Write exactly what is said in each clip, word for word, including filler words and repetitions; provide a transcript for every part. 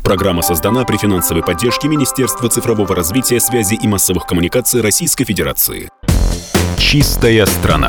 Программа создана при финансовой поддержке Министерства цифрового развития, связи и массовых коммуникаций Российской Федерации. Чистая страна.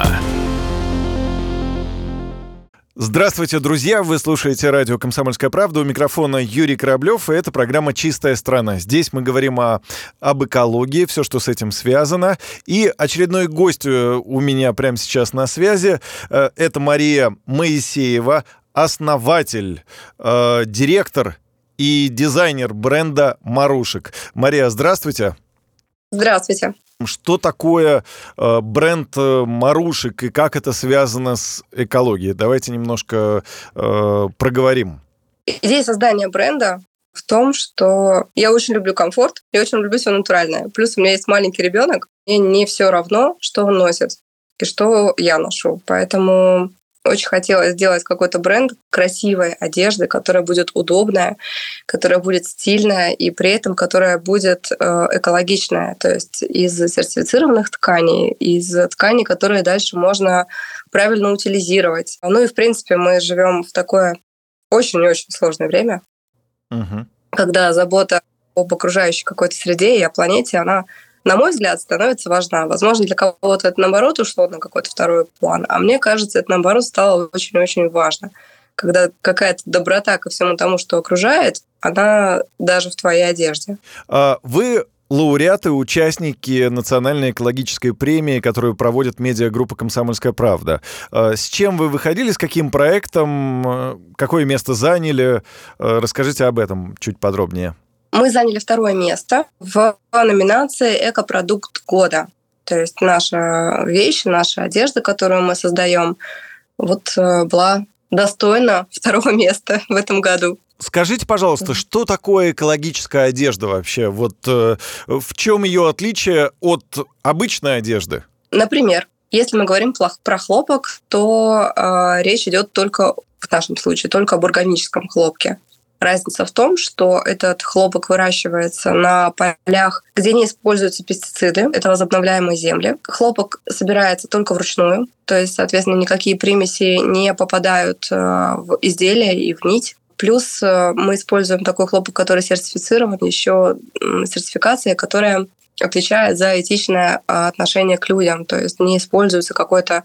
Здравствуйте, друзья! Вы слушаете радио «Комсомольская правда». У микрофона Юрий Кораблев, и это программа «Чистая страна». Здесь мы говорим о, об экологии, все, что с этим связано. И очередной гость у меня прямо сейчас на связи. Это Мария Моисеева, основатель, э, директор и дизайнер бренда «Марушек». Мария, здравствуйте! Здравствуйте! Что такое э, бренд э, «Марушек» и как это связано с экологией? Давайте немножко э, проговорим. Идея создания бренда в том, что я очень люблю комфорт и очень люблю все натуральное. Плюс у меня есть маленький ребенок, мне не все равно, что он носит и что я ношу. Поэтому очень хотела сделать какой-то бренд красивой одежды, которая будет удобная, которая будет стильная и при этом которая будет экологичная, то есть из сертифицированных тканей, из тканей, которые дальше можно правильно утилизировать. Ну и в принципе мы живем в такое очень-очень сложное время, угу. когда забота об окружающей какой-то среде и о планете, она, на мой взгляд, становится важна. Возможно, для кого-то это, наоборот, ушло на какой-то второй план, а мне кажется, это, наоборот, стало очень-очень важно. Когда какая-то доброта ко всему тому, что окружает, она даже в твоей одежде. А вы лауреаты, участники национальной экологической премии, которую проводит медиагруппа «Комсомольская правда». С чем вы выходили, с каким проектом, какое место заняли? Расскажите об этом чуть подробнее. Мы заняли второе место в номинации «Экопродукт года». То есть наша вещь, наша одежда, которую мы создаем, вот была достойна второго места в этом году. Скажите, пожалуйста, что такое экологическая одежда вообще? Вот э, в чем ее отличие от обычной одежды? Например, если мы говорим про хлопок, то э, речь идет только, в нашем случае, только об органическом хлопке. Разница в том, что этот хлопок выращивается на полях, где не используются пестициды, это возобновляемые земли. Хлопок собирается только вручную, то есть, соответственно, никакие примеси не попадают в изделие и в нить. Плюс мы используем такой хлопок, который сертифицирован, еще сертификация, которая отвечает за этичное отношение к людям, то есть не используется какой-то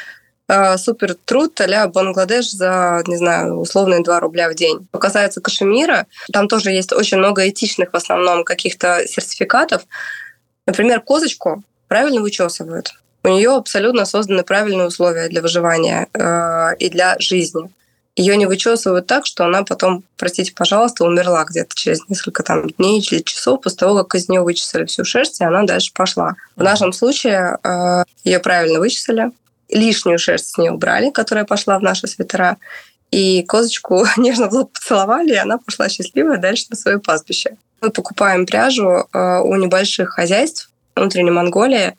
супер труд а-ля Бангладеш за, не знаю, условные два рубля в день. Что касается кашемира, там тоже есть очень много этичных в основном каких-то сертификатов. Например, козочку правильно вычесывают. У нее абсолютно созданы правильные условия для выживания э, и для жизни. Ее не вычесывают так, что она потом, простите, пожалуйста, умерла где-то через несколько там, дней или часов после того, как из нее вычесали всю шерсть, и она дальше пошла. В нашем случае э, ее правильно вычесали, лишнюю шерсть с нее убрали, которая пошла в наши свитера, и козочку нежно в лоб поцеловали, и она пошла счастливая дальше на свое пастбище. Мы покупаем пряжу у небольших хозяйств внутренней Монголии,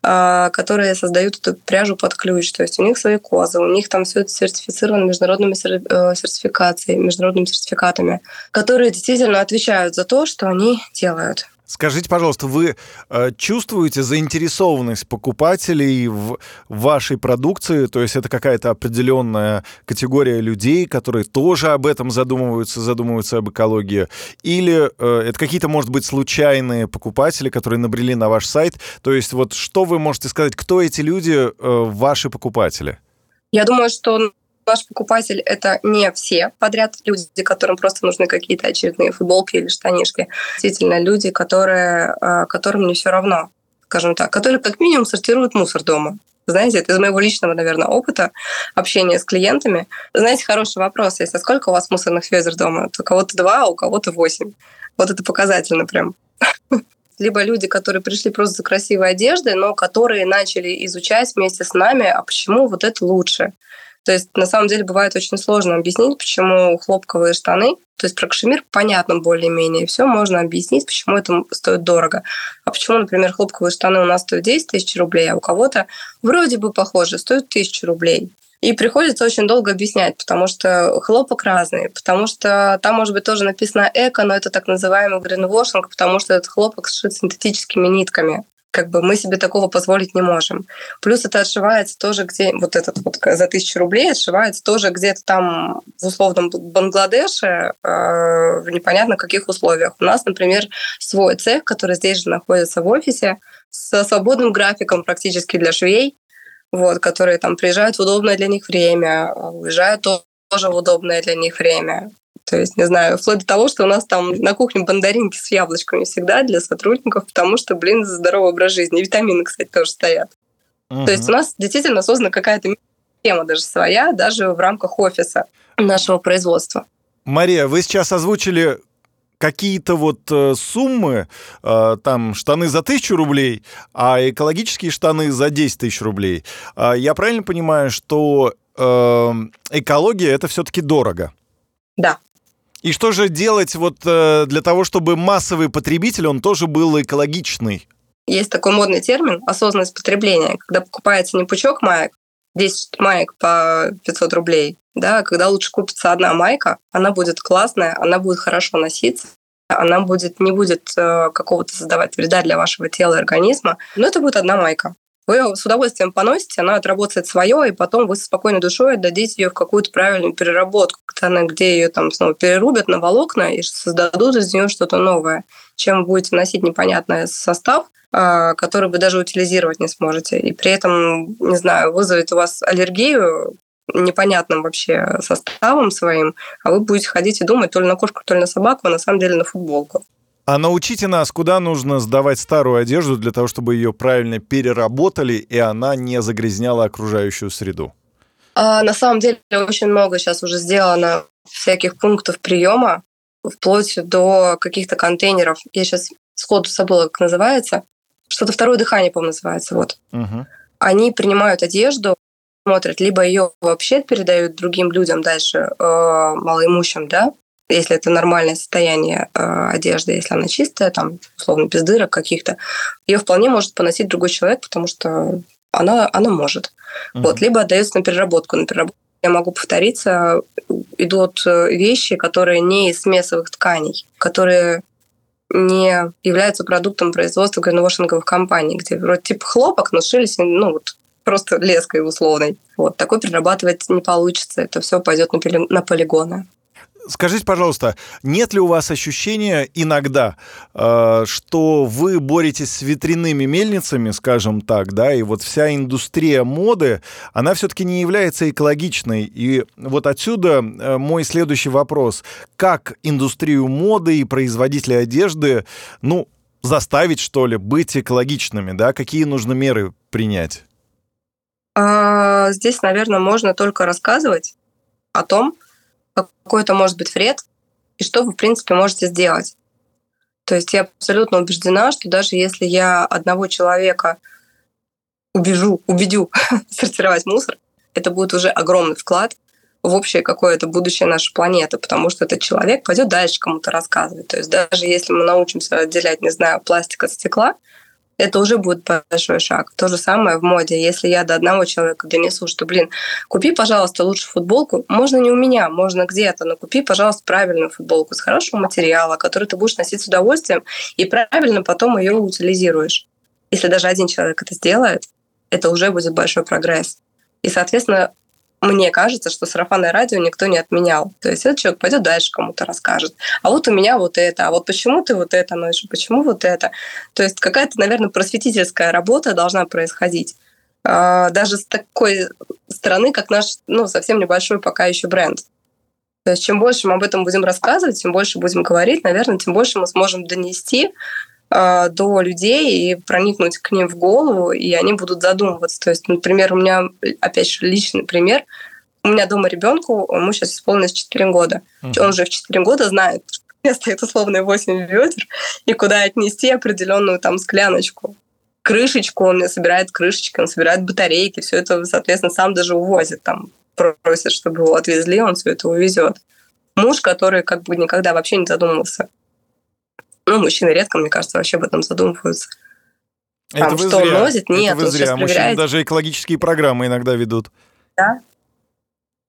которые создают эту пряжу под ключ. То есть у них свои козы, у них там все это сертифицировано международными сертификациями, международными сертификатами, которые действительно отвечают за то, что они делают. Скажите, пожалуйста, вы э, чувствуете заинтересованность покупателей в вашей продукции? То есть это какая-то определенная категория людей, которые тоже об этом задумываются, задумываются об экологии? Или э, это какие-то, может быть, случайные покупатели, которые набрели на ваш сайт? То есть вот что вы можете сказать, кто эти люди, э, ваши покупатели? Я думаю, что наш покупатель — это не все подряд люди, которым просто нужны какие-то очередные футболки или штанишки. Действительно, люди, которые, которым не все равно, скажем так, которые как минимум сортируют мусор дома. Знаете, это из моего личного, наверное, опыта общения с клиентами. Знаете, хороший вопрос есть: а сколько у вас мусорных ведер дома? У кого-то два, а у кого-то восемь. Вот это показательно прям. Либо люди, которые пришли просто за красивой одеждой, но которые начали изучать вместе с нами, а почему вот это лучше. То есть, на самом деле, бывает очень сложно объяснить, почему хлопковые штаны, то есть про кашемир понятно более-менее, все можно объяснить, почему это стоит дорого. А почему, например, хлопковые штаны у нас стоят десять тысяч рублей, а у кого-то вроде бы похоже, стоит тысячу рублей. И приходится очень долго объяснять, потому что хлопок разный, потому что там, может быть, тоже написано эко, но это так называемый гринвошинг, потому что этот хлопок сшит синтетическими нитками. Как бы мы себе такого позволить не можем. Плюс это отшивается тоже где... Вот этот вот за тысячу рублей отшивается тоже где-то там в условном Бангладеше э, в непонятно каких условиях. У нас, например, свой цех, который здесь же находится в офисе, со свободным графиком практически для швей, вот, которые там приезжают в удобное для них время, уезжают тоже в удобное для них время. То есть, не знаю, вплоть до того, что у нас там на кухне мандаринки с яблочками всегда для сотрудников, потому что, блин, за здоровый образ жизни. И витамины, кстати, тоже стоят. Uh-huh. То есть у нас действительно создана какая-то тема даже своя, даже в рамках офиса нашего производства. Мария, вы сейчас озвучили какие-то вот э, суммы, э, там штаны за тысячу рублей, а экологические штаны за десять тысяч рублей. Э, я правильно понимаю, что э, экология — это все-таки дорого? Да. И что же делать вот э, для того, чтобы массовый потребитель, он тоже был экологичный? Есть такой модный термин «осознанность потребления», когда покупается не пучок маек, десять маек по пятьсот рублей, да, когда лучше купится одна майка, она будет классная, она будет хорошо носиться, она будет, не будет э, какого-то создавать вреда для вашего тела и организма, но это будет одна майка. Вы ее с удовольствием поносите, она отработает свое, и потом вы со спокойной душой отдадите ее в какую-то правильную переработку, где ее там снова перерубят на волокна и создадут из нее что-то новое, чем вы будете носить непонятный состав, который вы даже утилизировать не сможете. И при этом, не знаю, вызовет у вас аллергию непонятным вообще составом своим, а вы будете ходить и думать то ли на кошку, то ли на собаку, а на самом деле на футболку. А научите нас, куда нужно сдавать старую одежду для того, чтобы ее правильно переработали, и она не загрязняла окружающую среду? А, на самом деле очень много сейчас уже сделано всяких пунктов приема, вплоть до каких-то контейнеров. Я сейчас сходу забыла, как называется. Что-то «Второе дыхание», по-моему, называется. Вот. Угу. Они принимают одежду, смотрят, либо ее вообще передают другим людям дальше, э, малоимущим, да, если это нормальное состояние э, одежды, если она чистая, там, условно, без дырок каких-то, ее вполне может поносить другой человек, потому что она, она может. Uh-huh. Вот, либо отдается на переработку. На переработку, я могу повториться, идут вещи, которые не из смесовых тканей, которые не являются продуктом производства гринвошинговых компаний, где вроде типа хлопок, но шились, ну, вот, просто леской условной. Вот, такой перерабатывать не получится. Это все пойдет на, поли- на полигоны. Скажите, пожалуйста, нет ли у вас ощущения иногда, э, что вы боретесь с ветряными мельницами, скажем так, да, и вот вся индустрия моды, она все-таки не является экологичной? И вот отсюда э, мой следующий вопрос. Как индустрию моды и производители одежды, ну, заставить, что ли, быть экологичными, да? Какие нужно меры принять? А, здесь, наверное, можно только рассказывать о том, какой это может быть вред и что вы, в принципе, можете сделать. То есть я абсолютно убеждена, что даже если я одного человека убежу, убедю сортировать мусор, это будет уже огромный вклад в общее какое-то будущее нашей планеты, потому что этот человек пойдет дальше кому-то рассказывать. То есть даже если мы научимся отделять, не знаю, пластик от стекла, это уже будет большой шаг. То же самое в моде. Если я до одного человека донесу, что, блин, купи, пожалуйста, лучше футболку, можно не у меня, можно где-то, но купи, пожалуйста, правильную футболку с хорошего материала, который ты будешь носить с удовольствием, и правильно потом ее утилизируешь. Если даже один человек это сделает, это уже будет большой прогресс. И, соответственно, мне кажется, что сарафанное радио никто не отменял. То есть этот человек пойдет дальше кому-то расскажет. А вот у меня вот это, а вот почему ты вот это носишь, почему вот это. То есть какая-то, наверное, просветительская работа должна происходить. Даже с такой стороны, как наш, ну, совсем небольшой пока еще бренд. То есть чем больше мы об этом будем рассказывать, чем больше будем говорить, наверное, тем больше мы сможем донести до людей и проникнуть к ним в голову, и они будут задумываться. То есть, например, у меня, опять же, личный пример. У меня дома ребенку, ему сейчас исполнилось четыре года. Uh-huh. Он уже в четыре года знает, что у меня стоит условные восемь ведер, и куда отнести определенную там скляночку. Крышечку он мне собирает, крышечки, он собирает батарейки, все это, соответственно, сам даже увозит. Там просит, чтобы его отвезли, он все это увезет. Муж, который как бы никогда вообще не задумывался. Ну, мужчины редко, мне кажется, вообще об этом задумываются. Это Там, вы что зря. он носит? Нет, Это вы он зря. сейчас Мужчины проверяет. даже экологические программы иногда ведут. Да?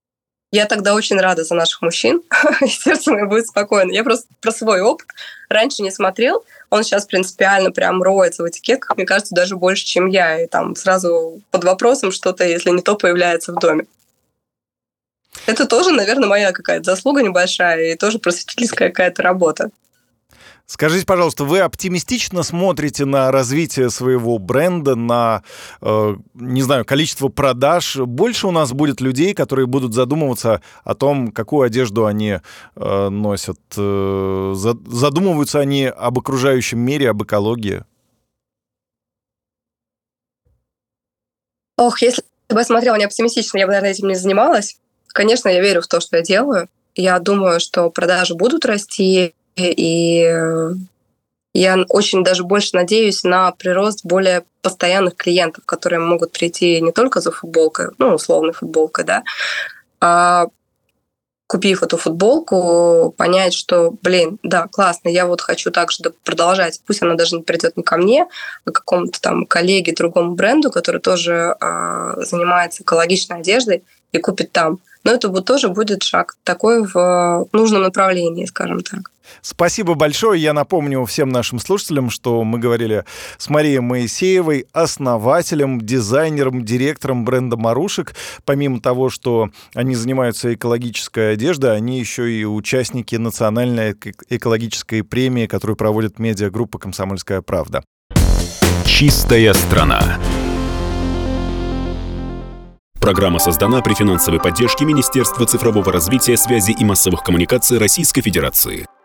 Я тогда очень рада за наших мужчин, и сердце мое будет спокойно. Я просто про свой опыт раньше не смотрел. Он сейчас принципиально прям роется в этикетках, мне кажется, даже больше, чем я. И там сразу под вопросом что-то, если не то, появляется в доме. Это тоже, наверное, моя какая-то заслуга небольшая и тоже просветительская какая-то работа. Скажите, пожалуйста, вы оптимистично смотрите на развитие своего бренда, на, э, не знаю, количество продаж? Больше у нас будет людей, которые будут задумываться о том, какую одежду они э, носят? Э, задумываются они об окружающем мире, об экологии? Ох, если бы я смотрела не оптимистично, я бы, наверное, этим не занималась. Конечно, я верю в то, что я делаю. Я думаю, что продажи будут расти, и я очень даже больше надеюсь на прирост более постоянных клиентов, которые могут прийти не только за футболкой, ну, условной футболкой, да, а купив эту футболку, понять, что, блин, да, классно, я вот хочу также продолжать. Пусть она даже не придет не ко мне, а к какому-то там коллеге, другому бренду, который тоже э, занимается экологичной одеждой и купит там. Но это вот тоже будет шаг такой в нужном направлении, скажем так. Спасибо большое. Я напомню всем нашим слушателям, что мы говорили с Марией Моисеевой, основателем, дизайнером, директором бренда «Марушек». Помимо того, что они занимаются экологической одеждой, они еще и участники национальной экологической премии, которую проводит медиагруппа «Комсомольская правда». Чистая страна. Программа создана при финансовой поддержке Министерства цифрового развития, связи и массовых коммуникаций Российской Федерации.